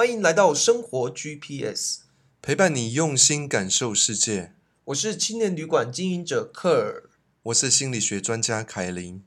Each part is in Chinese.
欢迎来到生活 GPS， 陪伴你用心感受世界。 我是青年旅馆经营者克尔， 我是心理学专家凯琳。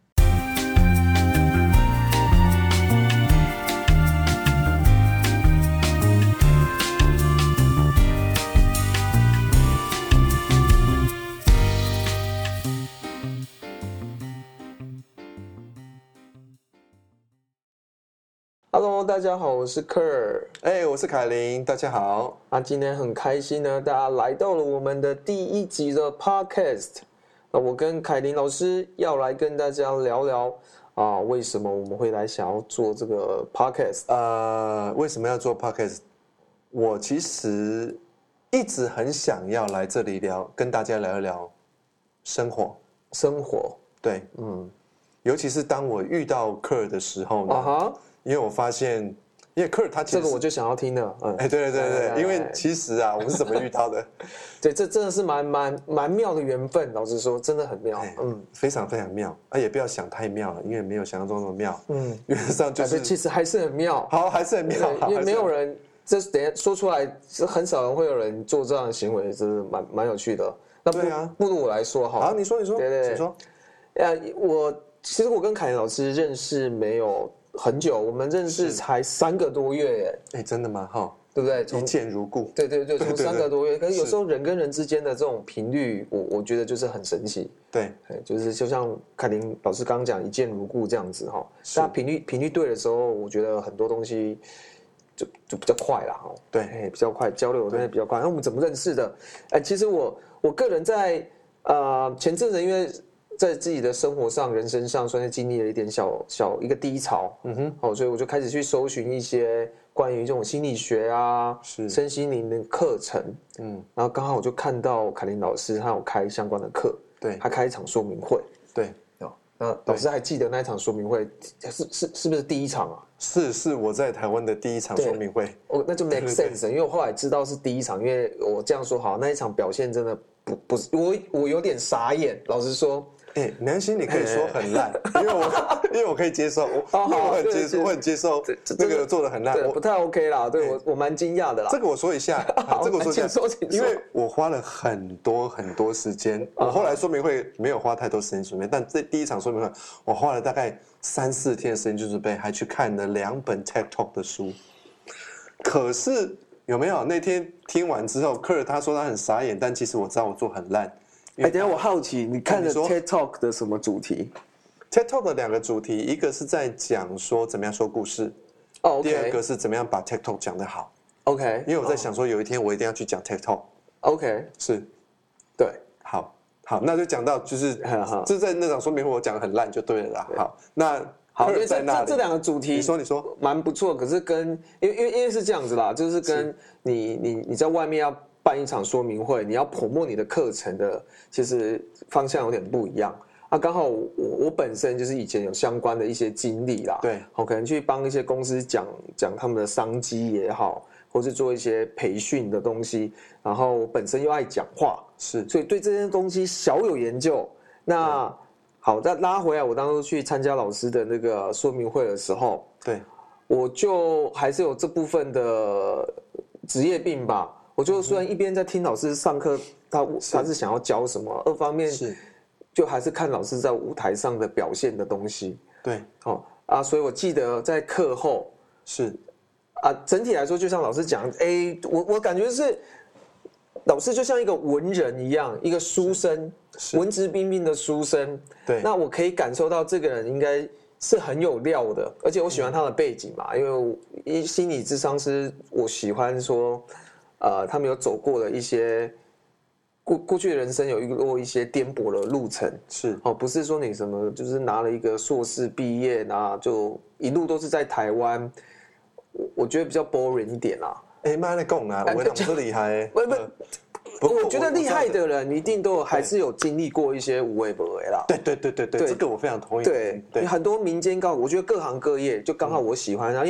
Hello， 大家好，我是克尔。 我是凯琳，大家好。 今天很开心呢，大家来到了我们的第一集的 Podcast。我跟凯琳老师要来跟大家聊聊为什么我们会来想要做这个 Podcast。 为什么要做 Podcast？ 我其实一直很想要来这里跟大家聊一聊生活。对，尤其是当我遇到克尔的时候呢，因为我发现，因为克尔他其实这个我就想要听了， 对，因为其实我们是怎么遇到的？ 对，这真的是蛮妙的缘分，老实说，真的很妙， 非常非常妙，也不要想太妙了，因为没有想象中那么妙，原则上就是， 其实还是很妙， 好，还是很妙， 因为没有人，这等一下说出来，很少人会有人做这样的行为，这是蛮有趣的。那不如我来说好， 你说， 对， 请说。 其实我跟凯琳老师认识没有很久，我们认识才3个多月耶。 真的吗？ 对不对？ 一见如故。 对，从3个多月。可是有时候人跟人之间的这种频率，我觉得就是很神奇。 对， 就像凯琳老师刚刚讲一见如故这样子哈。大家频率对的时候，我觉得很多东西就比较快啦。 对， 比较快，交流真的比较快。那我们怎么认识的？其实我个人在前阵子因为在自己的生活上、人生上，算是经历了一点小一个低潮，所以我就开始去搜寻一些关于这种心理学身心灵的课程，然后刚好我就看到凯琳老师他有开相关的课， 对， 他开一场说明会， 对， 那老师还记得那一场说明会是不是第一场啊？ 是我在台湾的第一场说明会， 那就 make sense， 因为我后来知道是第一场，因为我这样说好，那一场表现真的不是我有点傻眼，老实说。 南星你可以说很烂，因为我可以接受，我很接受这个做的很烂， 我不太 OK 啦，对我蛮惊讶的啦。 这个我说一下， 请说， 因为我花了很多时间，我后来说明会没有花太多时间准备，但这第一场说明会我花了大概3-4天的时间去准备，还去看了2本 TED Talk 的书。可是有没有那天听完之后，克尔他说他很傻眼，但其实我知道我做很烂。 等一下我好奇，你看了 TED Talk 的什么主题 ？TED Talk 的2个主题，一个是在讲说怎么样说故事，第二个是怎么样把 TED Talk 讲得好。 OK， 因为我在想说有一天我一定要去讲 TED Talk。 OK， 是， 对， 好，那就讲到就是这在那场说明会我讲得很烂就对了啦。好，那因为这2个主题， 你说蛮不错，可是因为是这样子啦，就是跟你在外面要办一场说明会，你要promote你的课程的，其实方向有点不一样。刚好我本身就是以前有相关的一些经历啦， 对， 可能去帮一些公司讲他们的商机也好，或是做一些培训的东西，然后我本身又爱讲话，所以对这些东西小有研究。那好，再拉回来，我当初去参加老师的那个说明会的时候， 对， 我就还是有这部分的职业病吧。我就虽然一边在听老师上课，他是想要教什么，二方面就还是看老师在舞台上的表现的东西。 对， 所以我记得在课后整体来说，就像老师讲，我感觉是老师就像一个文人一样，一个书生，文质彬彬的书生。 对， 那我可以感受到这个人应该是很有料的，而且我喜欢他的背景嘛，因为心理咨商师，我喜欢说。他们有走过的一些过去的人生有遇过一些颠簸的路程，不是说你什么就是拿了一个硕士毕业就一路都是在台湾，我觉得比较 boring 一点啦。 妈在讲啊，我不厉害。 我觉得厉害的人一定都还是有经历过一些无为不为啦。 对，这个我非常同意。 对，很多民间我觉得各行各业就刚好我喜欢因为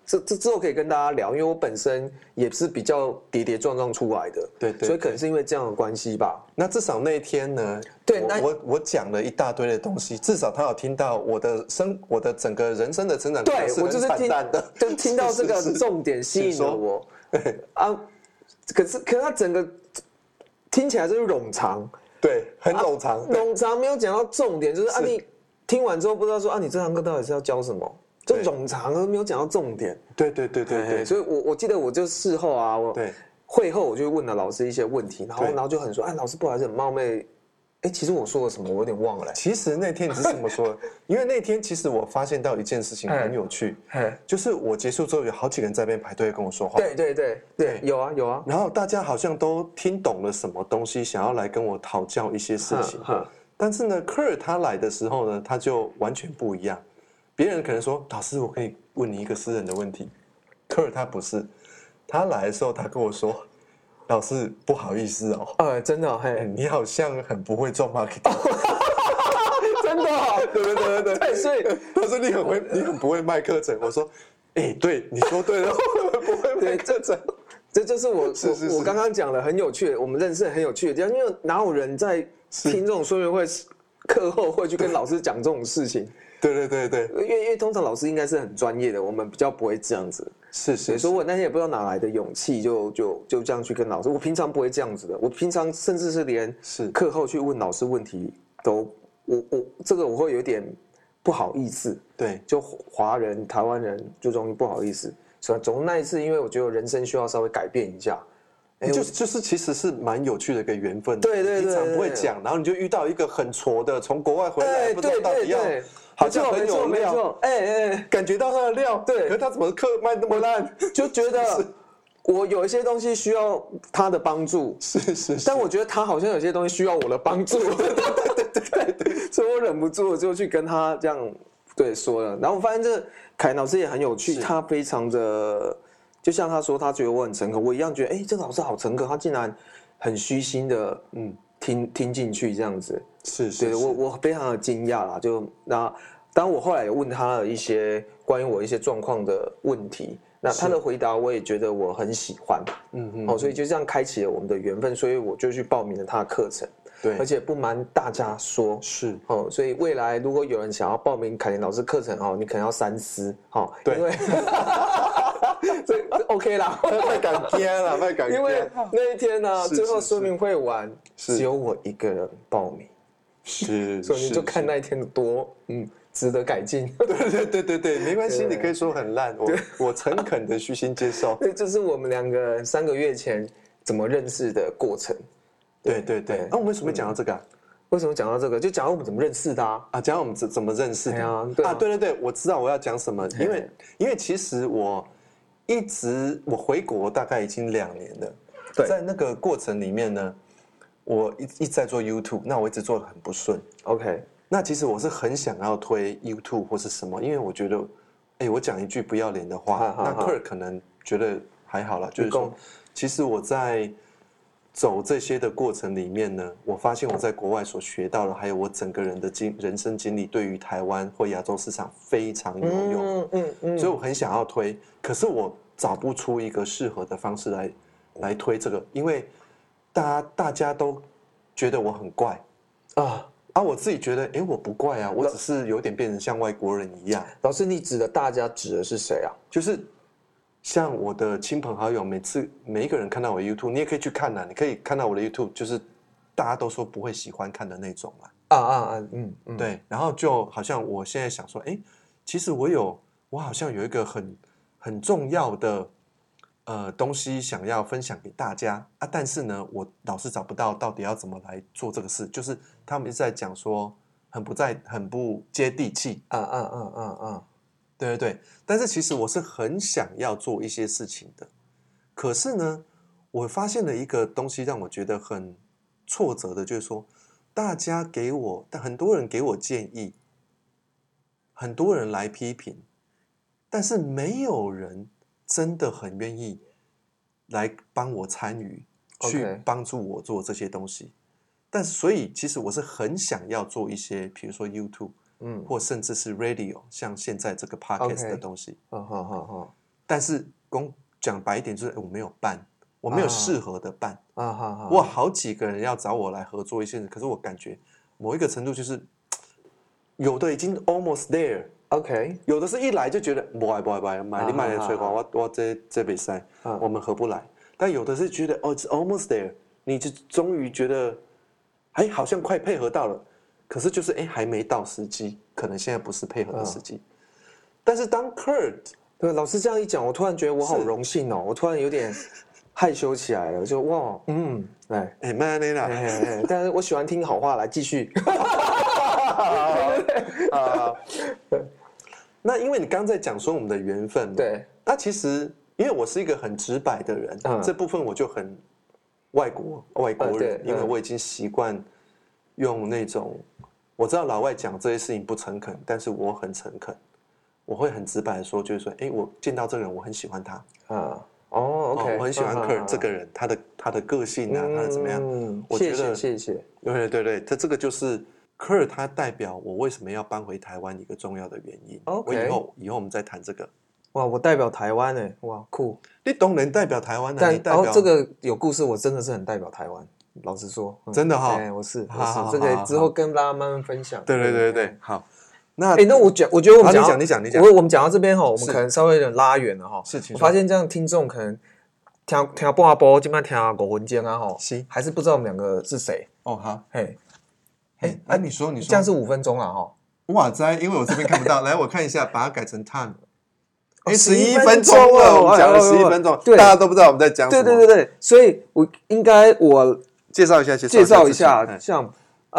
这之后可以跟大家聊，因为我本身也是比较跌跌撞撞出来的， 对， 所以可能是因为这样的关系吧。 那至少那一天呢， 对， 我讲了一大堆的东西，至少他有听到我的整个人生的成长过程是很惨淡的， 就听到这个重点吸引了我。啊，可是他整个听起来就是冗长， 对，很冗长， 冗长没有讲到重点，就是你听完之后不知道说你这堂课到底是要教什么。就冗长而没有讲到重点， 对， 所以我记得我就事后啊，会后我就问了老师一些问题，然后就很说，老师不好意思，很冒昧，其实我说了什么我有点忘了。 其实那天你是怎么说的？因为那天其实我发现到一件事情很有趣，就是我结束之后有好几个人在那边排队跟我说话， 对，有啊， 然后大家好像都听懂了什么东西，想要来跟我讨教一些事情，但是呢，科尔他来的时候呢，他就完全不一样。别人可能说：“老师，我可以问你一个私人的问题。”科尔他不是，他来的时候，他跟我说：“老师，不好意思哦， 真的你好像很不会做 marketing， 真的对，所以他说你很不会卖课程。”我说：“对，你说对了，我不会卖课程。” 这就是我刚刚讲的很有趣的，我们认识很有趣的地方，因为哪有人在听这种说明会课后会去跟老师讲这种事情。 对， 因为通常老师应该是很专业的，我们比较不会这样子。 是， 所以我那天也不知道哪来的勇气，就这样去跟老师。我平常不会这样子的，我平常甚至是连课后去问老师问题都，这个我会有点不好意思。 对， 就华人、台湾人就容易不好意思。所以总那一次，因为我觉得我人生需要稍微改变一下。 就是其实是蛮有趣的一个缘分。 对， 平常不会讲，然后你就遇到一个很挫的，从国外回来，不知道到底要。好像很有料，感觉到他的料， 对， 可是他怎么课卖那么烂， 就觉得我有一些东西需要他的帮助， 是， 但我觉得他好像有些东西需要我的帮助，对，所以我忍不住就去跟他这样说了。然后我发现这凯老师也很有趣，他非常的，就像他说，他觉得我很诚恳，我一样觉得，这个老师好诚恳，他竟然很虚心的，听进去这样子。 是， 对，我非常的惊讶啦。就当我后来有问他了一些关于我一些状况的问题，那他的回答我也觉得我很喜欢，所以就这样开启了我们的缘分，所以我就去报名了他的课程。 对， 而且不瞒大家说， 是所以未来如果有人想要报名凯琳老师课程你可能要三思， 对， 因为这 OK 啦， 太敢惊了，太敢惊。 因为那一天呢，最后说明会完，只有我一个人报名。所以你就看那一天的多，值得改进。 对，没关系，你可以说很烂，我诚恳的虚心接受。 对，这是我们2个3个月前怎么认识的过程。 对。那我们为什么讲到这个？ 为什么讲到这个？就讲到我们怎么认识的啊？ 讲到我们怎么认识的对， 我知道我要讲什么，因为其实我回国大概已经2年了，在那个过程里面呢。我一直在做 YouTube， 那我一直做得很不顺。 OK， 那其实我是很想要推 YouTube 或是什么，因为我觉得，我讲一句不要脸的话，那Kurt可能觉得还好啦，就是说，其实我在走这些的过程里面呢，我发现我在国外所学到的，还有我整个人的人生经历，对于台湾或亚洲市场非常有用。所以我很想要推，可是我找不出一个适合的方式来推这个，因为。大家都觉得我很怪我自己觉得我不怪啊，我只是有点变成像外国人一样。 老师，你指的大家指的是谁啊？ 就是像我的亲朋好友，每一个人看到我的 YouTube， 你也可以去看你可以看到我的 YouTube， 就是大家都说不会喜欢看的那种对，然后就好像我现在想说，其实我好像有一个很重要的。东西想要分享给大家但是呢，我老是找不到到底要怎么来做这个事，就是他们一直在讲说很不接地气对，但是其实我是很想要做一些事情的，可是呢，我发现了一个东西让我觉得很挫折的，就是说很多人给我建议，很多人来批评，但是没有人真的很愿意来帮我参与，去帮助我做这些东西。但是，所以其实我是很想要做一些，比如说 YouTube，或甚至是 Radio， 像现在这个 Podcast 的东西。 但是讲白一点，就是我没有伴，我没有适合的伴啊。 我好几个人要找我来合作一些人，可是我感觉某一个程度就是有的已经 almost there。OK， 有的是一来就觉得不爱，买来催化，我这比赛我们合不来。但有的是觉得it's almost there， 你就终于觉得，好像快配合到了，可是就是还没到时机，可能现在不是配合的时机。但是当 Kurt， 对老师这样一讲，我突然觉得我好荣幸哦，我突然有点害羞起来了，就哇， 慢点啦， 但是我喜欢听好话，来继续。 那因为你刚才讲说我们的缘分嘛， 对， 那其实因为我是一个很直白的人，这部分我就很外国人，因为我已经习惯用那种，我知道老外讲这些事情不诚恳，但是我很诚恳，我会很直白的说，就是说，我见到这个人我很喜欢他 OK， 我很喜欢Kurt这个人，他的个性啊，他的怎么样？我觉得谢谢， 对，这个就是。Kurt 他代表我为什么要搬回台湾一个重要的原因。 OK， 以后我们再谈这个。 哇，我代表台湾哎，哇酷！ 你当然代表台湾但这个有故事，我真的是很代表台湾。老实说， 真的哈， 我是这个之后跟大家慢慢分享。 对，好。那我觉得我们讲， 你讲， 我们讲到这边哈，我们可能稍微有点拉远了哈。我发现这样听众可能听半波，今晚听5分钟啊哈，还是不知道我们两个是谁。 好，你说， 这样是5分钟了哈。 哇塞，因为我这边看不到，来我看一下，把它改成 time。 11 分钟了，我们讲了11分钟，大家都不知道我们在讲什么。 对，所以我应该介绍一下， 像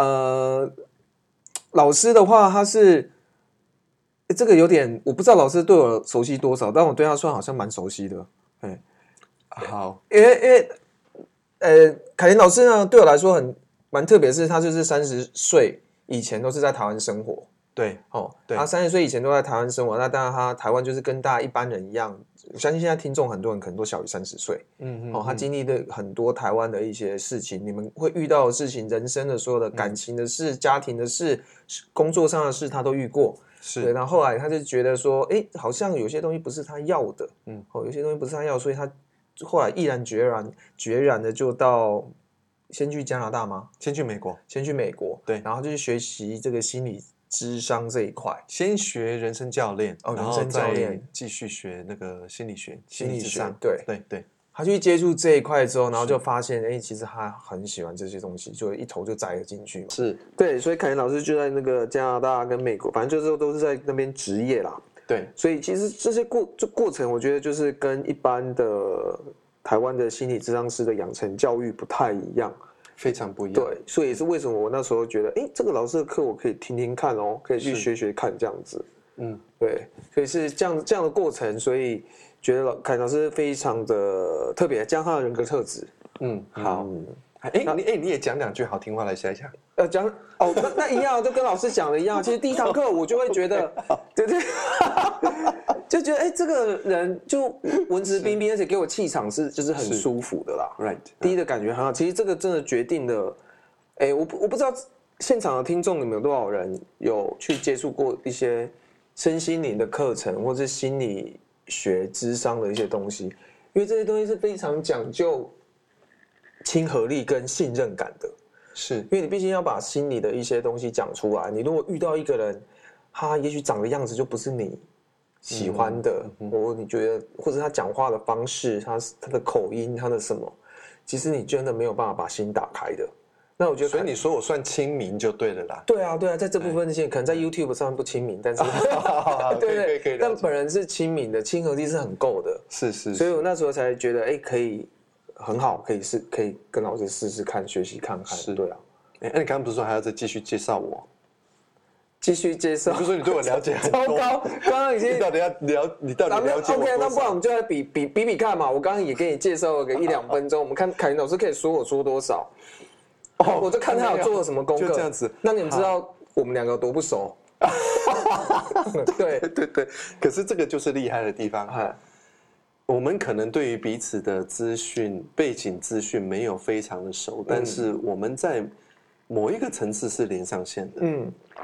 老师的话，他是这个有点，我不知道老师对我熟悉多少，但我对他算好像蛮熟悉的。 好， 因为凯琳老师呢，对我来说蛮特别，是他就是30岁以前都是在台湾生活。 对， 他30岁以前都在台湾生活，那当然他台湾就是跟大家一般人一样，我相信现在听众很多人可能都小于30岁，他经历的很多台湾的一些事情，你们会遇到的事情，人生的所有的感情的事、家庭的事、工作上的事，他都遇过。对，然后后来他就觉得说，好像有些东西不是他要的，有些东西不是他要，所以他后来毅然决然的就先去加拿大吗？ 先去美国， 对，然后就去学习这个心理諮商这一块， 先学人生教练， 人生教练继续学那个心理学，对， 他去接触这一块之后，然后就发现，其实他很喜欢这些东西，就一头就栽了进去嘛。 是对，所以凯琳老师就在那个加拿大跟美国，反正就是都是在那边职业啦。 对， 所以其实这些过程，我觉得就是跟一般的台湾的心理諮商师的养成教育不太一样。 非常不一样， 对，所以也是为什么我那时候觉得，这个老师的课我可以听听看哦，可以去学看这样子，对，所以是这样的过程，所以觉得凯老师非常的特别，加上他的人格特质， 好，你也讲2句好听话来下一下， 讲那一样，就跟老师讲的一样，其实第一堂课我就会觉得，对，就觉得这个人就文质彬彬，而且给我气场就是很舒服的啦。 Right， 第一的感觉很好。其实这个真的决定了，我不知道现场的听众你们有多少人有去接触过一些身心灵的课程，或是心理学諮商的一些东西，因为这些东西是非常讲究亲和力跟信任感的。 是因为你毕竟要把心里的一些东西讲出来。你如果遇到一个人，他也许长的样子就不是你喜欢的，或你觉得，或者他讲话的方式，他的口音，他的什么，其实你真的没有办法把心打开的。那我觉得， 所以你说我算亲民就对了啦。 对啊，在这部分可能在 YouTube 上面不亲民，但是对，但本人是亲民的，亲和力是很够的。 是， 所以我那时候才觉得，可以很好，可以跟老师试试看，学习看看。对啊， 那你刚刚不是说还要再继续介绍我？ 继续介绍， 你不是说你对我了解很多？ 糟糕，刚刚已经你到底了解我 ？OK， 那不然我们就来比看嘛。我刚刚也给你介绍了个1-2分钟，我们看凯琳老师可以说我说多少。我就看他有做了什么功课， 就这样子。 那你们知道我们2个多不熟？对， 可是这个就是厉害的地方。我们可能对于彼此的资讯、背景资讯没有非常的熟，但是我们在某一个层次是连上线的。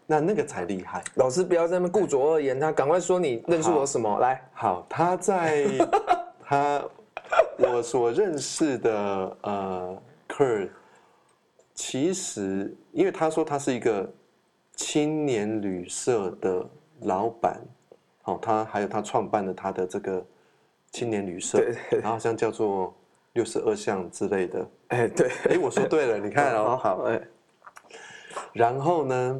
那个才厉害。 老师不要在那边顾左右而言他，赶快说你认识我什么来。 好，他在我所认识的Kurt， 其实因为他说他是一个青年旅社的老板，好，他还有他创办了他的这个青年旅社，然后好像叫做62项之类的。 哎，对， 哎，我说对了，你看哦，好， 哎， 然后呢，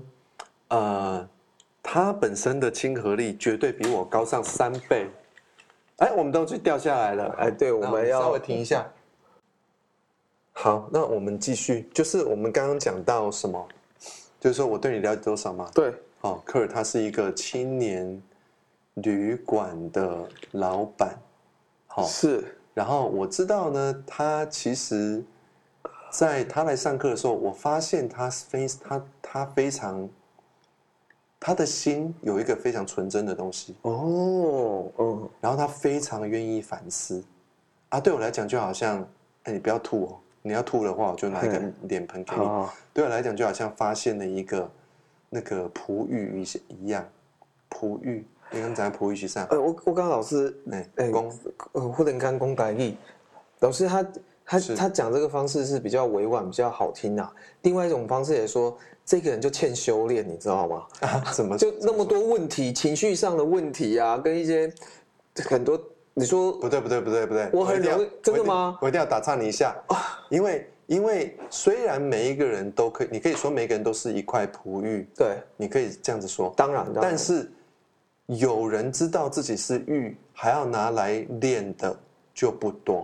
他本身的亲和力绝对比我高上3倍。哎，我们东西掉下来了。 哎，对，我们要稍微停一下。好，那我们继续，就是我们刚刚讲到什么？就是说我对你了解多少吗？ 对， 好，科尔他是一个青年旅馆的老板，好， 是， 然后我知道呢，他其实在他来上课的时候，我发现他非常，他的心有一个非常纯真的东西哦，嗯， 然后他非常愿意反思啊。对我来讲，就好像，哎，你不要吐哦，你要吐的话，我就拿一个脸盆给你。对我来讲，就好像发现了一个那个璞玉一样，璞玉。你刚才璞玉是啥？ 我刚刚老师，或者刚公台语，老师他讲这个方式是比较委婉、比较好听啊。另外一种方式也说，这个人就欠修炼，你知道吗？ 怎么就那么多问题，情绪上的问题啊，跟一些很多，你说不对， 我很容易，真的吗？ 我一定要打岔你一下，因为虽然每一个人都可以，你可以说每个人都是一块璞玉， 对， 你可以这样子说， 当然， 但是有人知道自己是玉，还要拿来练的就不多。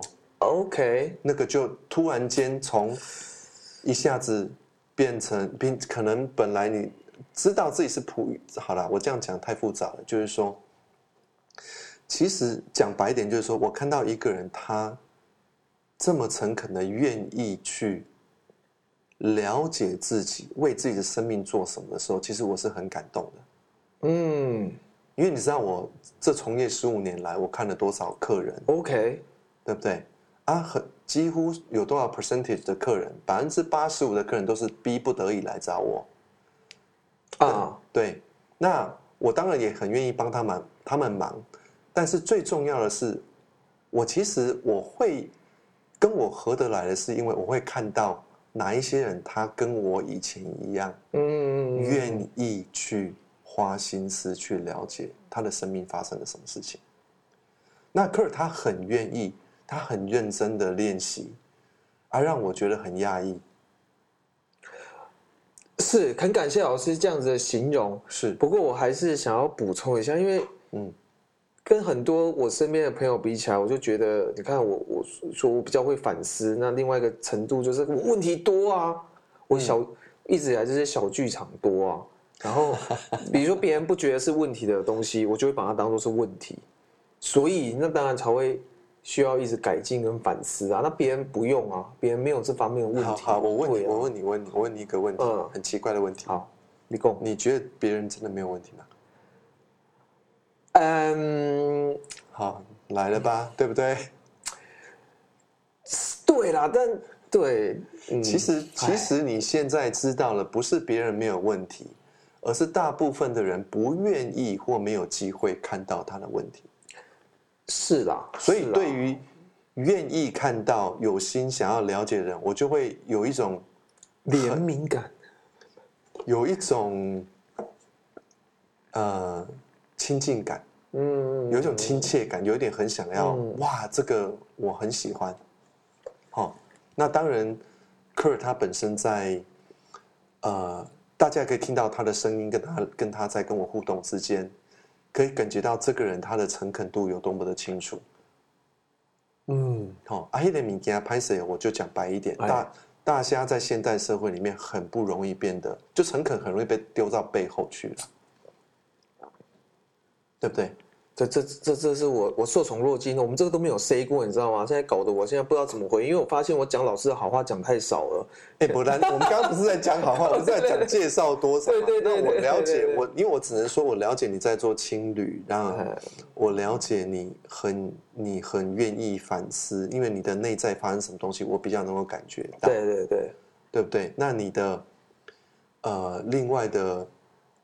OK， 那个就突然间从一下子变成可能本来你知道自己是璞玉，好了，我这样讲太复杂了，就是说，其实讲白一点，就是说我看到一个人他这么诚恳的愿意去了解自己，为自己的生命做什么的时候，其实我是很感动的。 嗯， 因为你知道我这从业15年来，我看了多少客人 ，OK， 对不对？几乎有多少 percentage 的客人，85%的客人都是逼不得已来找我啊， 对，那我当然也很愿意帮他们忙，但是最重要的是，其实我会跟我合得来的是，因为我会看到哪一些人他跟我以前一样，愿意去花心思去了解他的生命发生了什么事情。那科尔他很愿意，他很认真的练习，而让我觉得很讶异。 是很感谢老师这样子的形容。 是， 不过我还是想要补充一下，因为跟很多我身边的朋友比起来，我就觉得，你看我说我比较会反思，那另外一个程度就是我问题多啊，我一直以来这些小剧场多啊，然后比如说别人不觉得是问题的东西，我就会把它当作是问题，所以那当然才会需要一直改进跟反思啊。那别人不用啊，别人没有这方面的问题。 好，我问你一个问题，很奇怪的问题。 好， 你觉得别人真的没有问题吗？好，来了吧，对不对？ 对啦，但对， 其实你现在知道了，不是别人没有问题，而是大部分的人不愿意或没有机会看到他的问题。 是啦， 所以对于愿意看到、有心想要了解的人，我就会有一种怜悯感， 有一种亲近感，有一种亲切感，有一点很想要，哇，这个我很喜欢。好，那当然，科尔他本身在大家可以听到他的声音，跟他在跟我互动之间，可以感觉到这个人他的诚恳度有多么的清楚。好，阿黑的米给他拍摄，我就讲白一点，大家在现代社会里面很不容易变得，就诚恳很容易被丢到背后去了，对不对？ 这是我受宠若惊，我们这个都没有 say 过，你知道吗？现在搞得我现在不知道怎么回，因为我发现我讲老师的好话讲太少了。 不然我们刚刚不是在讲好话，我们是在讲介绍多少。 对， 那我了解因为我只能说我了解你在做青旅，让我了解你很愿意反思，因为你的内在发生什么东西，我比较能够感觉到。 对， 对不对？那你的另外的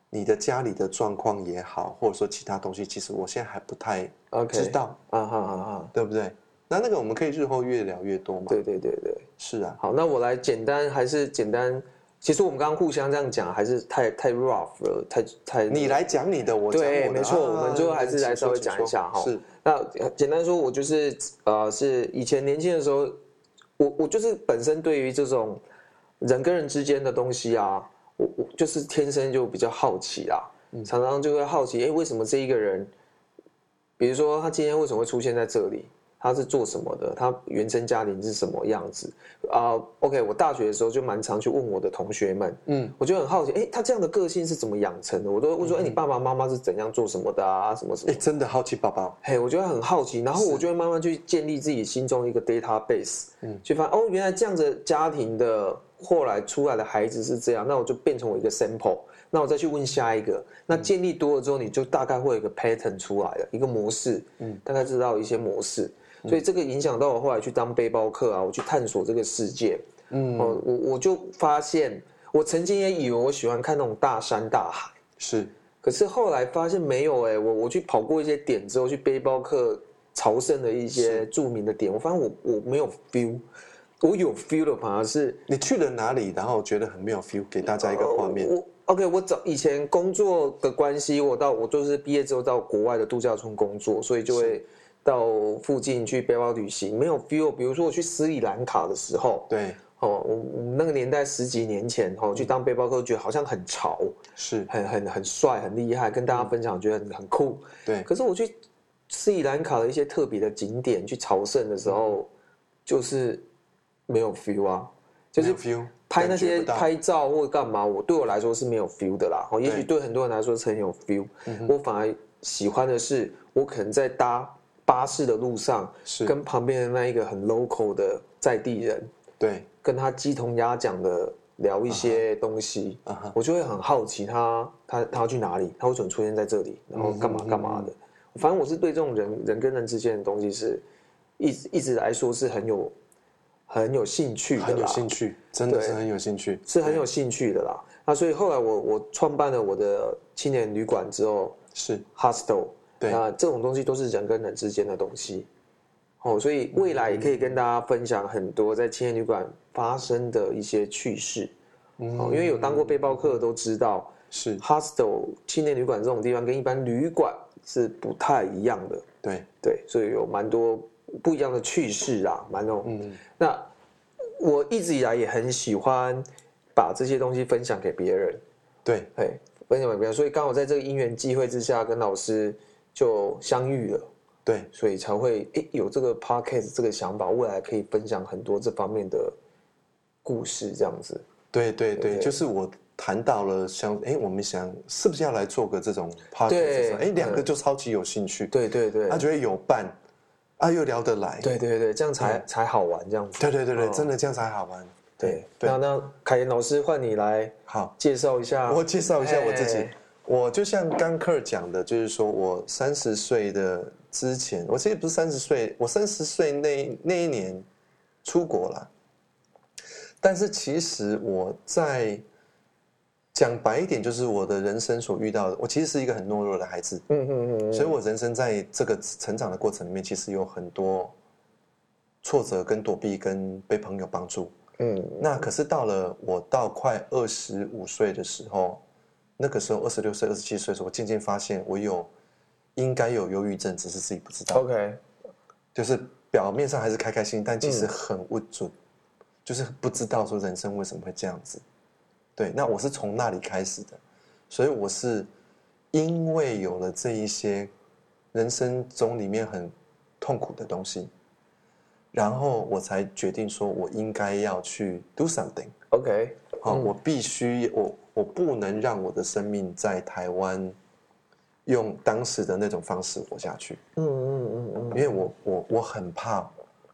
你的家里的状况也好，或者说其他东西，其实我现在还不太 OK 知道对不对？那我们可以日后越聊越多嘛。 对， 是啊。 好，那我来简单。其实我们刚刚互相这样讲，还是太 rough 了，太。 你来讲你的，我讲我的。 对，没错，我们最后还是来稍微讲一下哈。是。那简单说，我就是是以前年轻的时候，我就是本身对于这种人跟人之间的东西啊，我就是天生就比较好奇啦，常常就会好奇，为什么这一个人，比如说他今天为什么会出现在这里？他是做什么的？他原生家庭是什么样子？OK， 我大学的时候就蛮常去问我的同学们，我就很好奇，他这样的个性是怎么养成的？我都会问说，你爸爸妈妈是怎样做什么的啊？什么？ 真的好奇宝宝， 我就会很好奇，然后我就会慢慢去建立自己心中一个 database，去发现原来这样子家庭的后来出来的孩子是这样，那我就变成我一个 sample。那我再去问下一个，那建立多了之后，你就大概会有一个 pattern 出来了，一个模式，大概知道一些模式，所以这个影响到我后来去当背包客啊，我去探索这个世界，我就发现，我曾经也以为我喜欢看那种大山大海， 是， 可是后来发现没有我去跑过一些点之后，去背包客朝圣的一些著名的点，我发现我没有 feel。我有 feel 的反而是你去了哪里，然后觉得很没有 feel， 给大家一个画面。 OK， 我以前工作的关系，我就是毕业之后到国外的度假村工作，所以就会到附近去背包旅行，没有 feel。比如说我去斯里兰卡的时候， 对， 我们那个年代10几年前，去当背包客，觉得好像很潮， 是很帅，很厉害，跟大家分享，觉得很酷。 对， 可是我去斯里兰卡的一些特别的景点去朝圣的时候，就是没有 feel 啊，就是拍那些拍照或干嘛，对我来说是没有 feel 的啦。也许对很多人来说是很有 feel，我反而喜欢的是，我可能在搭巴士的路上，跟旁边的那一个很 local 的在地人， 对， 跟他鸡同鸭讲的聊一些东西，我就会很好奇他要去哪里，他为什么出现在这里，然后干嘛的。反正我是对这种人跟人之间的东西是一直来说是很有兴趣的啦， 很有兴趣，真的是很有兴趣， 是很有兴趣的啦。那所以后来我创办了我的青年旅馆之后， 是 hostel， 对， 那这种东西都是人跟人之间的东西，所以未来也可以跟大家分享很多在青年旅馆发生的一些趣事，因为有当过背包客的都知道， 是 hostel 青年旅馆这种地方跟一般旅馆是不太一样的，对，所以有蛮多不一样的趣事啊，蛮多。那我一直以来也很喜欢把这些东西分享给别人， 对， 分享给别人，所以刚好在这个因缘际会之下，跟老师就相遇了， 对， 所以才会有这个 podcast 这个想法，未来可以分享很多这方面的故事，这样子。 对，就是我谈到了我们想是不是要来做个这种 podcast，两个就超级有兴趣， 对， 他觉得有伴。又聊得来， 对，这样才好玩，这样子。 对，真的这样才好玩。 对，那凯言老师换你来介绍一下。 我介绍一下我自己。我就像刚克讲的，就是说我30岁的之前，我其实不是30岁，我30岁那一年出国了。但是其实我在讲白一点，就是我的人生所遇到的，我其实是一个很懦弱的孩子，所以我人生在这个成长的过程里面，其实有很多挫折、跟躲避、跟被朋友帮助，那可是我到快25岁的时候，那个时候26岁、27岁的时候，我渐渐发现我应该有忧郁症，只是自己不知道。 OK， 就是表面上还是开开心，但其实很无助，就是不知道说人生为什么会这样子。对，那我是从那里开始的，所以我是因为有了这一些人生中里面很痛苦的东西，然后我才决定说我应该要去 do something。OK， 我必须我不能让我的生命在台湾用当时的那种方式活下去。因为我很怕，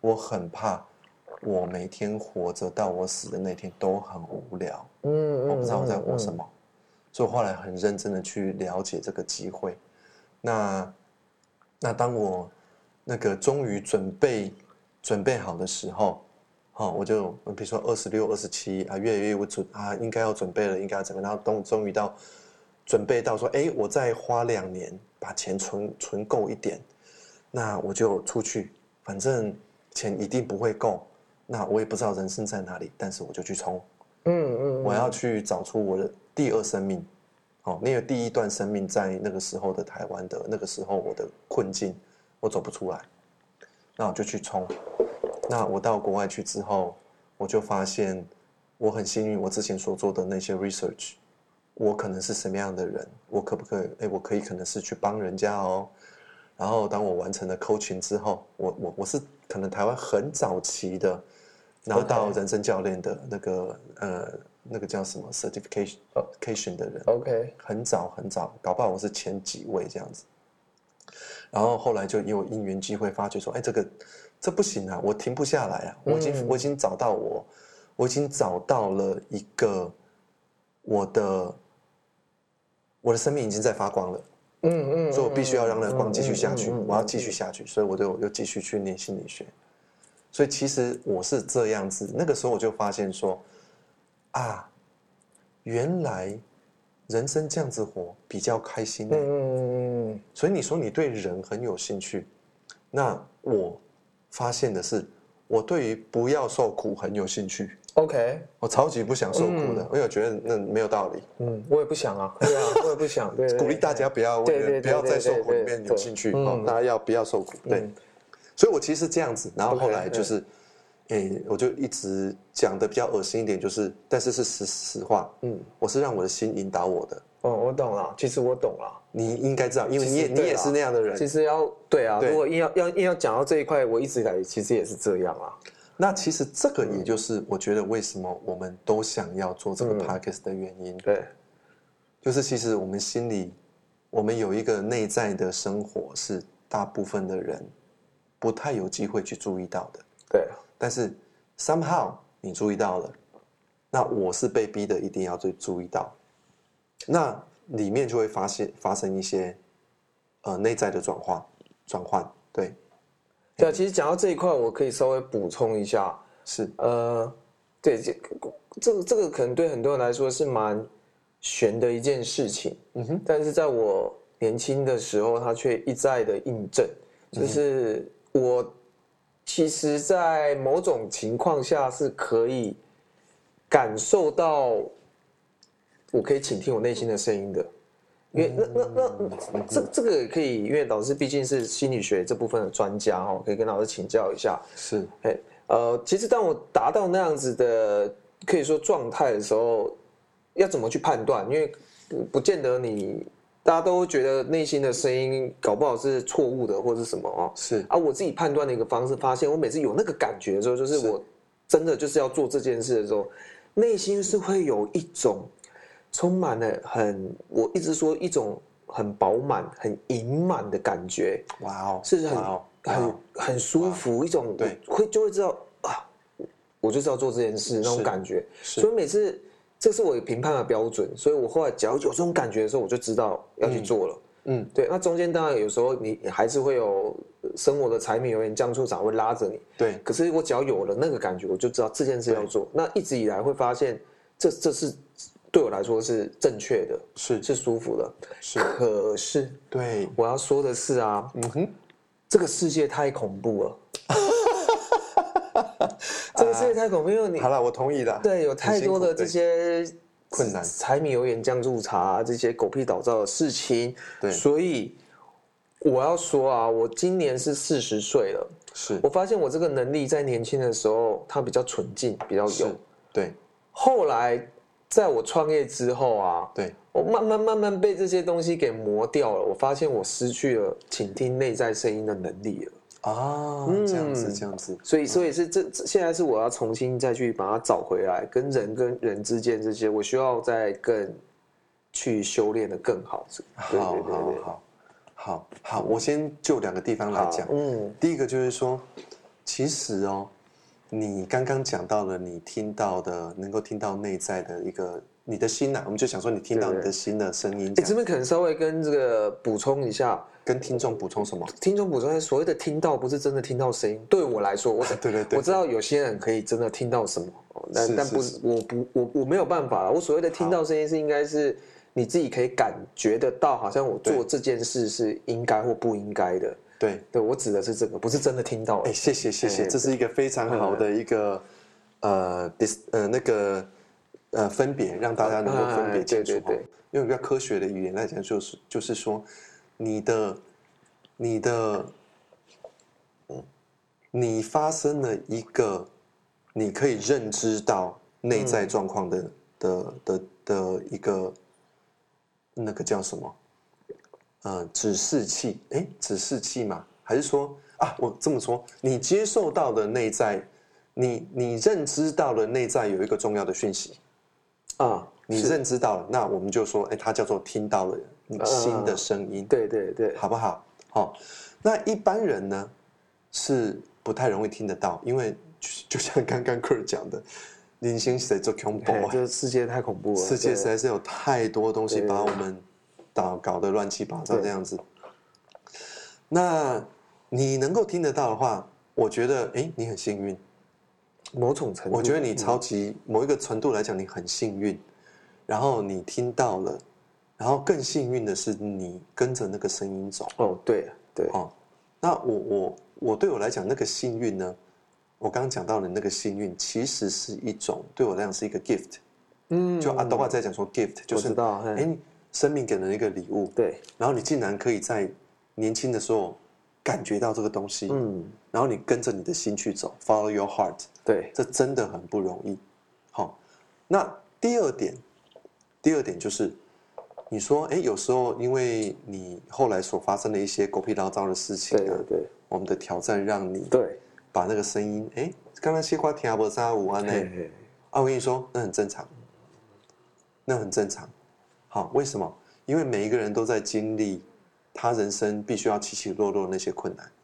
我每天活着到我死的那天都很无聊，我不知道我在活什么，所以我后来很认真的去了解这个机会。那当我那个终于准备好的时候，我就比如说26、27啊，越来越无准啊，应该要准备了，应该要怎么，然后终于到准备到说，我再花2年把钱存够一点，那我就出去，反正钱一定不会够，那我也不知道人生在哪里，但是我就去冲，我要去找出我的第二生命。那个第一段生命在那个时候的台湾的那个时候我的困境，我走不出来，那我就去冲。那我到国外去之后，我就发现我很幸运，我之前所做的那些 research， 我可能是什么样的人，我可不可以？我可以可能是去帮人家哦。然后当我完成了 coaching 之后，我是可能台湾很早期的拿到人生教练的那个叫什么 certification 的人 ，OK， 很早，搞不好我是前几位这样子。然后后来就有因缘机会发觉说，这不行啊，我停不下来啊，我已经找到我已经找到了一个我的生命已经在发光了，所以我必须要让那个光继续下去，我要继续下去，所以我就又继续去念心理学。所以其实我是这样子，那个时候我就发现说，原来人生这样子活比较开心。所以你说你对人很有兴趣，那我发现的是，我对于不要受苦很有兴趣。 OK， 我超级不想受苦的，因为我觉得那没有道理。 我也不想啊，对啊，我也不想。对， 鼓励大家不要在受苦里面有兴趣，大家要不要受苦？对，所以我其实是这样子，然后后来就是。我就一直讲的比较恶心一点，但是是实话。我是让我的心引导我的。 我懂了，其实我懂了。 你应该知道，因为你也是那样的人。 其实对啊，如果硬要讲到这一块，我一直以来其实也是这样啊。 那其实这个也就是我觉得为什么我们都想要做这个 podcast 的原因。 对， 就是其实我们心里，我们有一个内在的生活，是大部分的人不太有机会去注意到的。 对。 但是 somehow 你注意到了，那我是被逼的，一定要注意到，那里面就会发生一些内在的转换，对。 对啊，其实讲到这一块，我可以稍微补充一下， 是对，这个可能对很多人来说是蛮悬的一件事情，但是在我年轻的时候，它却一再的印证，就是我。其实，在某种情况下是可以感受到，我可以倾听我内心的声音的，因为这个也可以，因为老师毕竟是心理学这部分的专家可以跟老师请教一下。 是， 其实当我达到那样子的可以说状态的时候，要怎么去判断？因为不见得大家都觉得内心的声音搞不好是错误的，或者是什么是我自己判断的一个方式，发现我每次有那个感觉的时候，就是我真的就是要做这件事的时候，内心是会有一种充满了我一直说一种很饱满、很盈满的感觉。 哇哦， 是很舒服，一种对就会知道我就是要做这件事那种感觉。所以每次。这是我评判的标准，所以我后来只要有这种感觉的时候，我就知道要去做了。对。那中间当然有时候你还是会有生活的柴米油盐酱醋茶会拉着你。 对。 可是我只要有了那个感觉，我就知道这件事要做。那一直以来会发现，这是对我来说是正确的，是舒服的。可是， 对， 我要说的是这个世界太恐怖了。这个世界太恐怖，因为好了，我同意的。 对，有太多的这些困难、 柴米油盐酱醋茶这些狗屁倒灶的事情。 对， 所以我要说我今年是40岁了。 是， 我发现我这个能力在年轻的时候，它比较纯净，比较有。 对。 后来在我创业之后对， 我慢慢被这些东西给磨掉了。我发现我失去了倾听内在声音的能力了。 这样子， 所以是现在是我要重新再去把它找回来，跟人之间这些，我需要再更去修炼的更好。 好，我先就2个地方来讲。第一个就是说，其实你刚刚讲到了你听到的，能够听到内在的一个你的心我们就想说你听到你的心的声音。 这边可能稍微跟这个补充一下。 跟听众补充什么？ 听众补充，所谓的听到不是真的听到声音。对我来说， 对， 我知道有些人可以真的听到什么，但不是我没有办法。我所谓的听到声音是应该是你自己可以感觉得到，好像我做这件事是应该或不应该的。对，我指的是这个，不是真的听到。 谢谢，这是一个非常好的一个分别，让大家能够分别清楚。对，用比较科学的语言来讲，就是说，你发生了一个你可以认知到内在状况的一个那个叫什么？指示器？指示器嘛？还是说我这么说，你接受到的内在，你认知到的内在有一个重要的讯息你认知到了，那我们就说，它叫做听到了新的声音， 对， 好不好？好，那一般人呢是不太容易听得到，因为就像刚刚 Kurt 讲的，人生实在做恐怖， 这世界太恐怖了， 世界实在是有太多东西把我们搞得乱七八糟这样子。那你能够听得到的话，我觉得你很幸运， 某种程度， 我觉得你超级某一个程度来讲，你很幸运。然后你听到了，然后更幸运的是你跟着那个声音走。 对， 那我对我来讲那个幸运呢，我刚刚讲到的那个幸运，其实是一种对我来讲是一个 gift。就阿多话在讲说 gift， 就是生命给人一个礼物。 对， 然后你竟然可以在年轻的时候感觉到这个东西，然后你跟着你的心去走 ，follow your heart。 对， 这真的很不容易。那第二点就是，你说，有时候因为你后来所发生的一些狗屁倒灶的事情对， 我们的挑战让你把那个声音，刚刚西瓜听不沙五安呢，我跟你说，那很正常，好，为什么？因为每一个人都在经历他人生必须要起起落落的那些困难，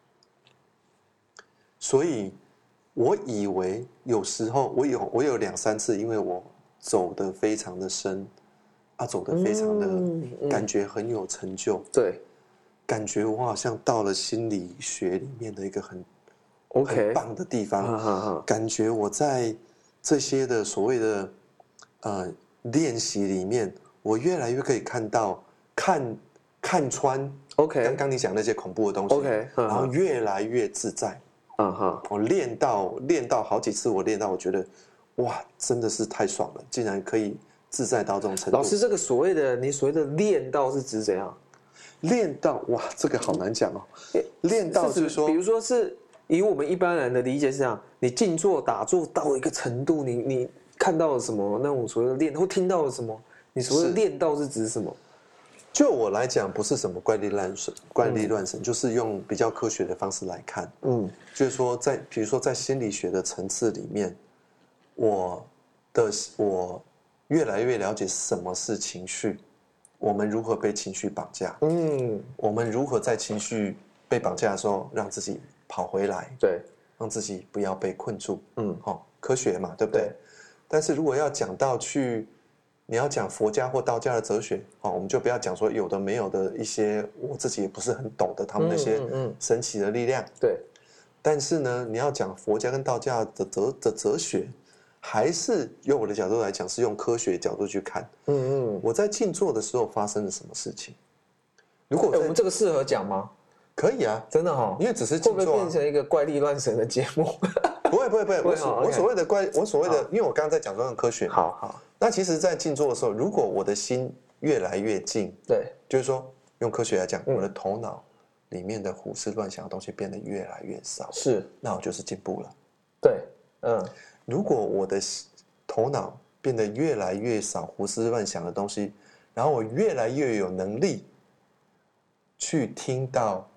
所以我以为有时候我有2-3次，因为我走得非常的深，走得非常的感觉很有成就， 对， 感觉我好像到了心理学里面的一个很棒的地方，感觉我在这些的所谓的练习里面，我越来越可以看穿刚刚你讲那些恐怖的东西，然后越来越自在，我练到好几次，我觉得哇，真的是太爽了！竟然可以自在到这种程度。 老师，这个你所谓的练到是指怎样？ 练到哇，这个好难讲哦。练到就是说， 比如说是以我们一般人的理解是这样：你静坐打坐到一个程度，你看到了什么？那种所谓的练，或听到了什么？你所谓的练到是指什么？ 就我来讲，不是什么怪力乱神，就是用比较科学的方式来看。就是说比如说在心理学的层次里面。我越来越了解什么是情绪，我们如何被情绪绑架，我们如何在情绪被绑架的时候让自己跑回来， 对， 让自己不要被困住，科学嘛，对不对？但是如果要讲到你要讲佛家或道家的哲学，我们就不要讲说有的没有的一些我自己也不是很懂的他们那些神奇的力量， 对。 但是呢，你要讲佛家跟道家的哲学。还是用我的角度来讲，是用科学角度去看。我在静坐的时候发生了什么事情？如果我们这个适合讲吗？ 可以啊， 真的因为只是静坐， 会不会变成一个怪力乱神的节目？ 不会。我所谓的，因为我刚刚在讲说用科学。 好。 那其实，在静坐的时候，如果我的心越来越静， 对， 就是说用科学来讲，我的头脑里面的胡思乱想的东西变得越来越少，那我就是进步了。 对， 如果我的头脑变得越来越少胡思乱想的东西，然后我越来越有能力去听到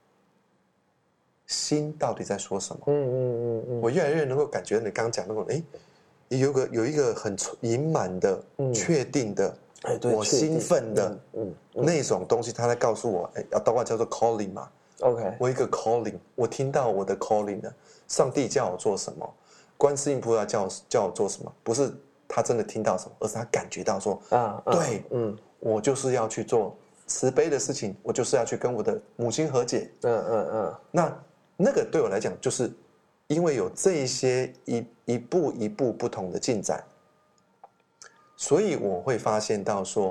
心到底在说什么，我越来越能够感觉你刚刚讲那种，有一个很隐满的、确定的，我兴奋的那种东西，它在告诉我，到话叫做 calling 嘛 ，OK， 我一个 calling， 我听到我的 calling 了，上帝叫我做什么？观世音菩萨叫我做什么？不是他真的听到什么，而是他感觉到说，对，我就是要去做慈悲的事情，我就是要去跟我的母亲和解。那个对我来讲，就是因为有这一些一步一步不同的进展，所以我会发现到说，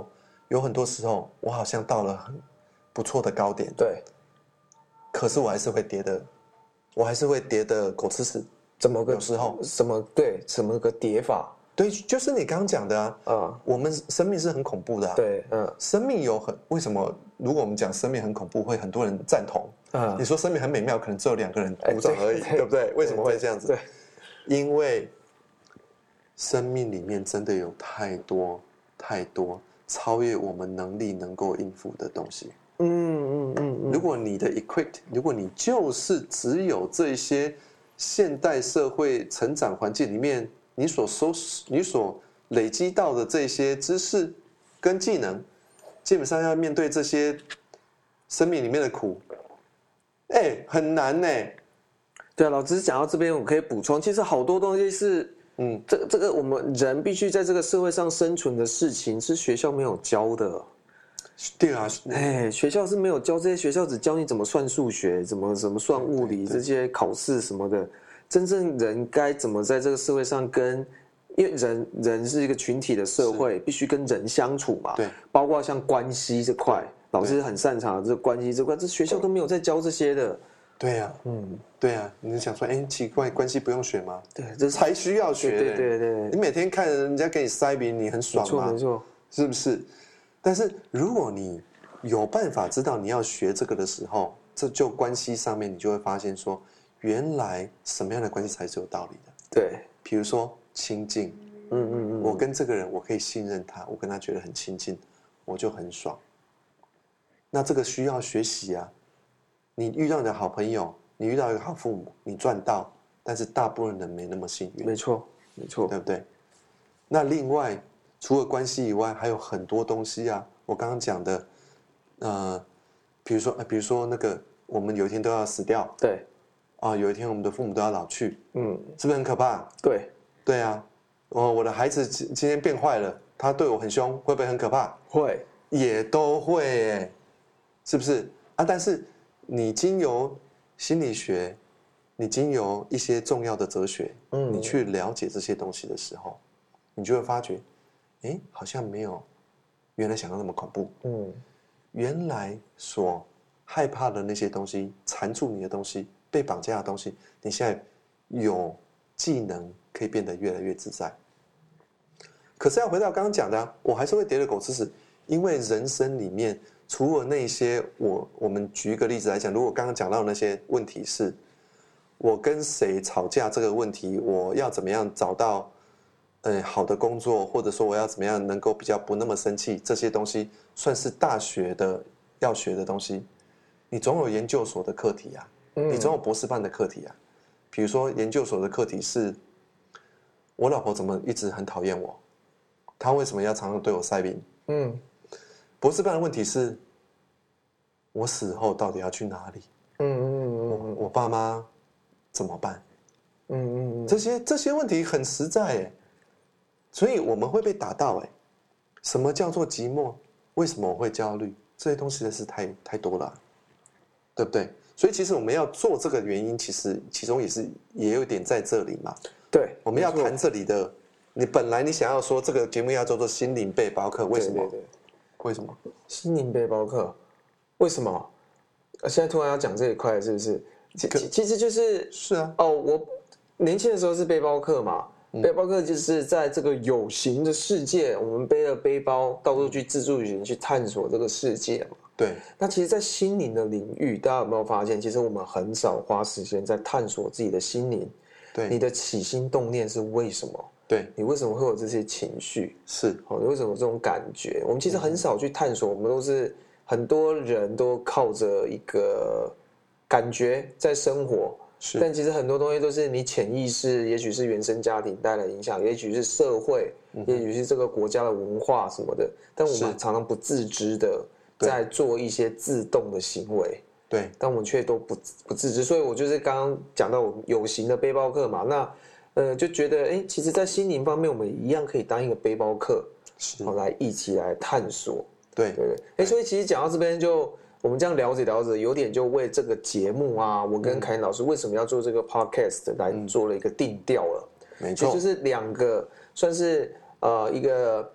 有很多时候我好像到了很不错的高点， 对， 可是我还是会跌的狗吃屎。 怎么个有时候什么个跌法？ 对，就是你刚刚讲的啊，我们生命是很恐怖的啊。 对， 生命为什么？如果我们讲生命很恐怖，会很多人赞同。你说生命很美妙，可能只有2个人鼓掌而已，对不对？为什么会这样子？ 对， 因为生命里面真的有太多太多超越我们能力能够应付的东西。如果你的 equipped， 如果你就是只有这些现代社会成长环境里面你所累积到的这些知识跟技能，基本上要面对这些生命里面的苦，很难呢。 对啊，老师讲到这边，我可以补充，其实好多东西是，这个我们人必须在这个社会上生存的事情，是学校没有教的。 对啊， 学校是没有教这些，学校只教你怎么算数学，怎么算物理，这些考试什么的。真正人该怎么在这个社会上因为人是一个群体的社会，必须跟人相处嘛。 对， 包括像关系这块，老师很擅长的这个关系这块，这学校都没有在教这些的。 对呀，对呀，你想说，奇怪，关系不用学吗？ 对，这才需要学。 对， 你每天看人家给你塞饼，你很爽吗？ 没错， 是不是？但是如果你有办法知道你要学这个的时候，这就关系上面，你就会发现说，原来什么样的关系才是有道理的。 对， 比如说亲近，我跟这个人我可以信任他，我跟他觉得很亲近，我就很爽。那这个需要学习啊。你遇到你的好朋友，你遇到一个好父母，你赚到，但是大部分人没那么幸运。 没错， 对不对？那另外，除了关系以外，还有很多东西啊。我刚刚讲的，比如说那个，我们有一天都要死掉， 对， 有一天我们的父母都要老去，是不是很可怕？ 对， 对啊，我的孩子今天变坏了，他对我很凶，会不会很可怕？ 会， 也都会，是不是啊？但是你经由心理学，你经由一些重要的哲学，你去了解这些东西的时候，你就会发觉，好像没有原来想的那么恐怖。原来所害怕的那些东西，缠住你的东西，被绑架的东西，你现在有技能可以变得越来越自在。可是要回到刚刚讲的，我还是会跌得狗吃屎，因为人生里面除了那些我们举一个例子来讲，如果刚刚讲到的那些问题是我跟谁吵架这个问题，我要怎么样找到好的工作，或者说我要怎么样能够比较不那么生气，这些东西算是大学的要学的东西。你总有研究所的课题啊，你总有博士班的课题啊。比如说研究所的课题是，我老婆怎么一直很讨厌我，她为什么要常常对我塞饼？博士班的问题是，我死后到底要去哪里？我爸妈怎么办？这些问题很实在所以我们会被打到什么叫做寂寞？为什么我会焦虑？这些东西的是太多了，对不对？所以其实我们要做这个原因，其实其中也有点在这里嘛。 对， 我们要谈这里的。你本来你想要说这个节目要叫做心灵背包客，为什么？ 对， 为什么？ 心灵背包客，为什么？现在突然要讲这一块，是不是？其实就是啊。 我年轻的时候是背包客嘛。背包客就是在这个有形的世界，我们背了背包到处去自助旅行，去探索这个世界嘛。 对。 那其实，在心灵的领域，大家有没有发现，其实我们很少花时间在探索自己的心灵。 对。 你的起心动念是为什么？ 对。 你为什么会有这些情绪？ 是。 你为什么有这种感觉？我们其实很少去探索，我们都是很多人都靠着一个感觉在生活。但其实很多东西都是你潜意识，也许是原生家庭带来的影响，也许是社会，也许是这个国家的文化什么的。但我们常常不自知的在做一些自动的行为， 对， 但我们却都不自知。所以我就是刚刚讲到有形的背包客嘛，那就觉得其实，在心灵方面，我们一样可以当一个背包客，来一起来探索。 对， 所以其实讲到这边就。我们这样聊着聊着，有点就为这个节目啊，我跟凯恩老师为什么要做这个 podcast 来做了一个定调了。 没错， 就是2个算是一个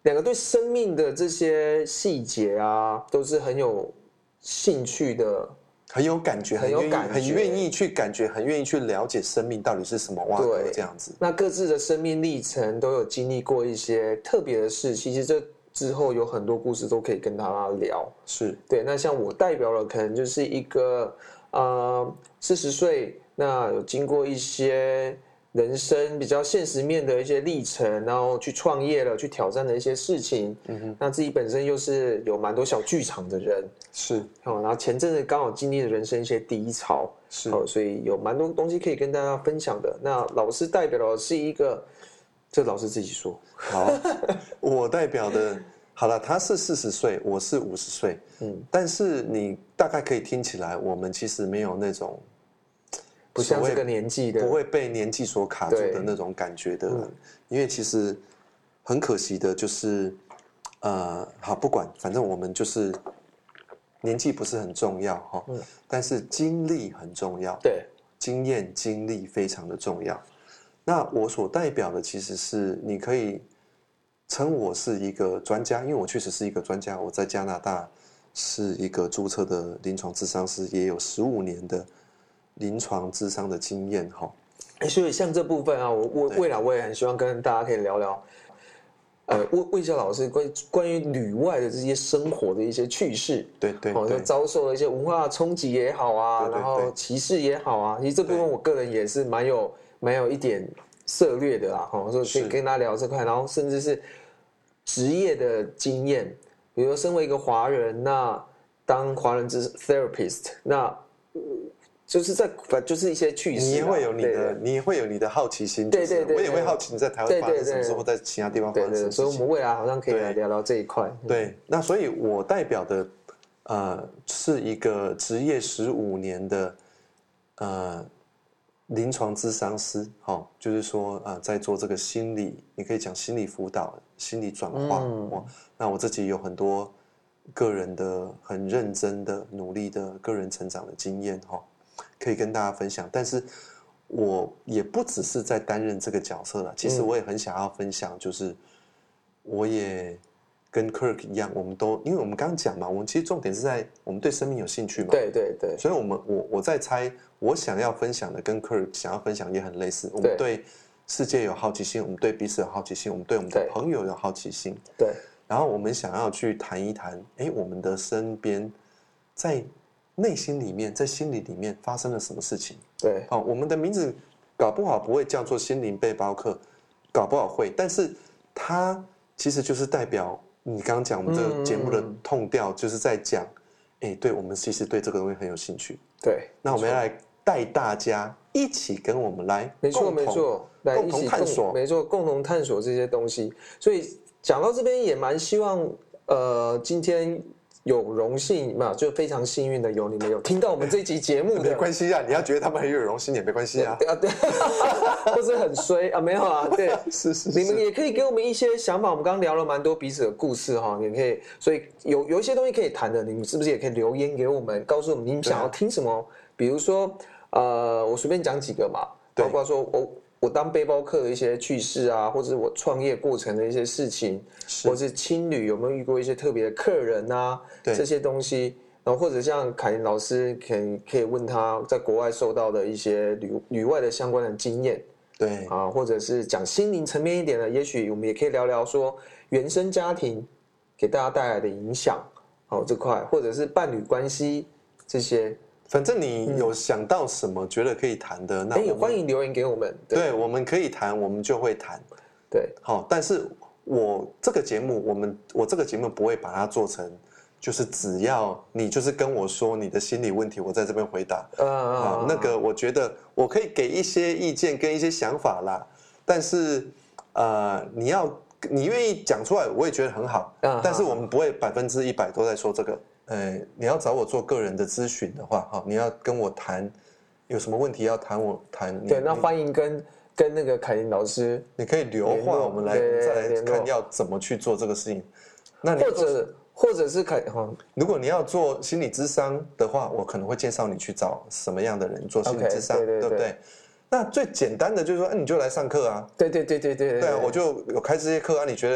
两个对生命的这些细节啊，都是很有兴趣的， 很有感觉， 很有感觉， 很愿意去感觉，很愿意去了解生命到底是什么哇对， 这样子。 那各自的生命历程都有经历过一些特别的事，其实这之后有很多故事都可以跟他聊。 是对，那像我代表了，可能就是一个40岁，那有经过一些人生比较现实面的一些历程，然后去创业了，去挑战的一些事情。那自己本身又是有蛮多小剧场的人， 是然后前阵子刚好经历了人生一些低潮， 是所以有蛮多东西可以跟大家分享的。那老师代表的是一个，这老师自己说。 好，我代表的。好了，他是40岁，我是50岁，但是你大概可以听起来，我们其实没有那种不像这个年纪的， 不会被年纪所卡住的那种感觉的，因为其实很可惜的就是，好不管，反正我们就是年纪不是很重要哈，但是经历很重要， 对， 经验经历非常的重要。那我所代表的其实是你可以。称我是一个专家，因为我确实是一个专家。我在加拿大是一个注册的临床諮商师，也有15年的临床諮商的经验哈。 所以像这部分啊，我未来我也很希望跟大家可以聊聊，问一下老师关于旅外的这些生活的一些趣事， 对， 就遭受了一些文化冲击也好啊，然后歧视也好啊，其实这部分我个人也是蛮有一点涉猎的啦，所以可以跟大家聊这块，然后甚至是职业的经验，比如说身为一个华人，那当华人therapist， 那就是一些趣事， 你也会有你的好奇心， 对， 我也会好奇你在台湾发生什么事，或在其他地方发生什么事情， 所以我们未来好像可以来聊聊这一块。 对，那所以我代表的是一个职业15年的临床諮商师，就是说在做这个心理，你可以讲心理辅导、心理转化。那我自己有很多个人的很认真的努力的个人成长的经验，可以跟大家分享。但是我也不只是在担任这个角色了，其实我也很想要分享，就是我也跟 Kirk 一样，我们都因为我们刚刚讲嘛，我们其实重点是在我们对生命有兴趣嘛， 对， 所以我在猜，我想要分享的跟 Kirk 想要分享也很类似，我们对世界有好奇心，我们对彼此有好奇心，我们对我们的朋友有好奇心， 对， 然后我们想要去谈一谈，我们的身边在内心里面，在心理里面发生了什么事情？ 对， 我们的名字搞不好不会叫做心灵背包客，搞不好会，但是它其实就是代表你刚刚讲我们这个节目的痛调，就是在讲，对我们其实对这个东西很有兴趣。 对， 那我们要来带大家一起跟我们来， 没错，来一起探索， 没错，共同探索这些东西。所以讲到这边也蛮希望，今天有荣幸嘛，就非常幸运的你们有听到我们这一集节目的， 没关系啊，你要觉得他们很有荣幸也没关系啊， 对，或是很衰啊，没有啊，对， 是， 你们也可以给我们一些想法。我们刚刚聊了蛮多彼此的故事哈，也可以，所以有一些东西可以谈的，你们是不是也可以留言给我们，告诉我们你们想要听什么？比如说，我随便讲几个嘛，包括说我当背包客的一些趣事啊，或者是我创业过程的一些事情，或是青旅有没有遇过一些特别的客人啊，这些东西，然后或者像凯琳老师可以问他在国外受到的一些旅外的相关的经验， 对啊，或者是讲心灵层面一点的，也许我们也可以聊聊说原生家庭给大家带来的影响，这块，或者是伴侣关系这些。 反正你有想到什么觉得可以谈的，那欢迎留言给我们。 对，我们可以谈，我们就会谈。 对， 好，但是我这个节目不会把它做成，就是只要你就是跟我说你的心理问题，我在这边回答。那个我觉得我可以给一些意见跟一些想法啦，但是你愿意讲出来，我也觉得很好。但是我们不会100%都在说这个。你要找我做个人的咨询的话，你要跟我谈，有什么问题要谈我谈。 对，那欢迎跟那个凯琳老师， 你可以留话，我们再来看要怎么去做这个事情。那或者是如果你要做心理諮商的话，我可能会介绍你去找什么样的人做心理諮商，对不对？那最简单的就是说，你就来上课啊。 对， 对啊，我就有开这些课啊，你觉得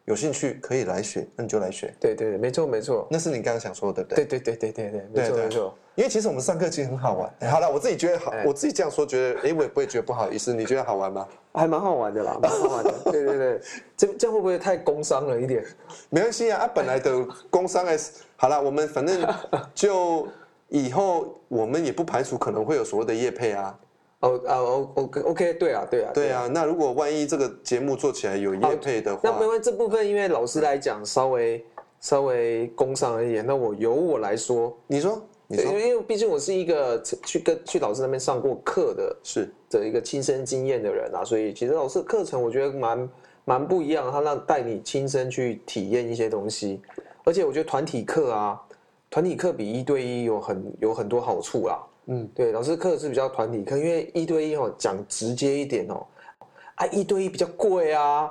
有兴趣可以来学，那你就来学。 对对对，没错没错， 那是你刚刚想说的，对不对？ 对，没错没错。 因为其实我们上课其实很好玩。好了，我自己觉得好，我自己这样说觉得，我也不会觉得不好意思。你觉得好玩吗？ 还蛮好玩的啦，蛮好玩的。对对对，这样会不会太工商了一点？ 没关系啊，本来的工商好了，我们反正就以后我们也不排除可能会有所谓的业配啊。 OK， 对啊。 那如果万一这个节目做起来有业配的话， 那没关系，这部分因为老师来讲稍微工商一点，那由我来说， 你说。 因为毕竟我是一个去老师那边上过课的一个亲身经验的人啊，所以其实老师的课程我觉得蛮不一样，他带你亲身去体验一些东西，而且我觉得团体课比一对一有很多好处啦。对，老师课是比较团体课，因为一对一讲直接一点一对一比较贵啊。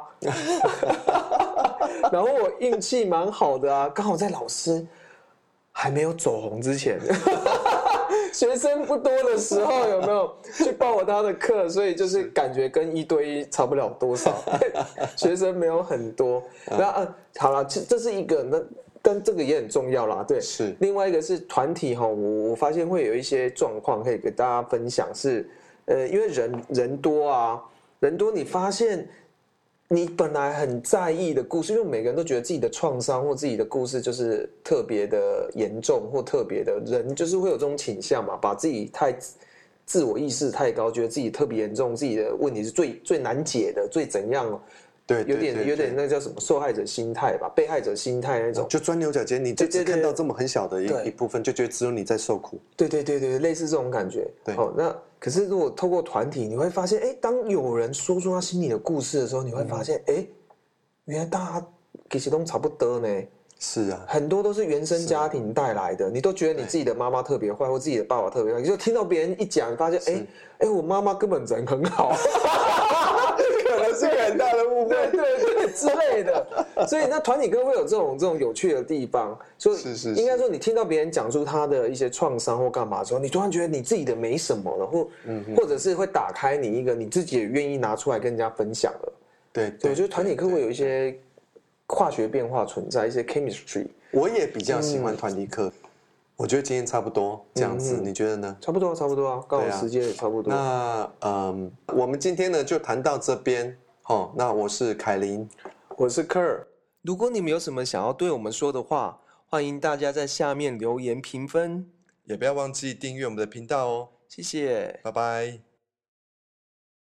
然后我运气蛮好的啊，刚好在老师还没有走红之前，学生不多的时候，有没有去报了他的课？所以就是感觉跟一对一差不了多少，学生没有很多。那好了，这是一个，但这个也很重要啦。对， 是。 另外一个是团体我发现会有一些状况可以给大家分享，是因为人多啊，人多你发现。你本来很在意的故事，因为每个人都觉得自己的创伤或自己的故事就是特别的严重或特别的，人就是会有这种倾向嘛，把自己太自我意识太高，觉得自己特别严重，自己的问题是最难解的，最怎样？ 对， 有点那叫什么受害者心态吧，被害者心态那种， 就钻牛角尖，你就只看到这么很小的一部分，就觉得只有你在受苦。 对，类似这种感觉。 对， 那可是如果透过团体，你会发现，当有人说出他心里的故事的时候，你会发现，原来大家其实都差不多呢。 是啊， 很多都是原生家庭带来的，你都觉得你自己的妈妈特别坏，或自己的爸爸特别坏，你就听到别人一讲，你发现，我妈妈根本人很好。 可能是个很大的误会， 对之类的，所以那团体课会有这种有趣的地方，所以应该说你听到别人讲出他的一些创伤或干嘛的时候，你突然觉得你自己的没什么了，或者是会打开你一个你自己也愿意拿出来跟人家分享了。 对， 就是团体课会有一些化学变化存在，一些 chemistry。 我也比较喜欢团体课。我觉得今天差不多这样子，你觉得呢？ 差不多啊，刚好时间也差不多。 那我们今天呢就谈到这边。那我是凯琳， 我是科尔。如果你们有什么想要对我们说的话，欢迎大家在下面留言评分， 也不要忘记订阅我们的频道哦。 谢谢， 拜拜。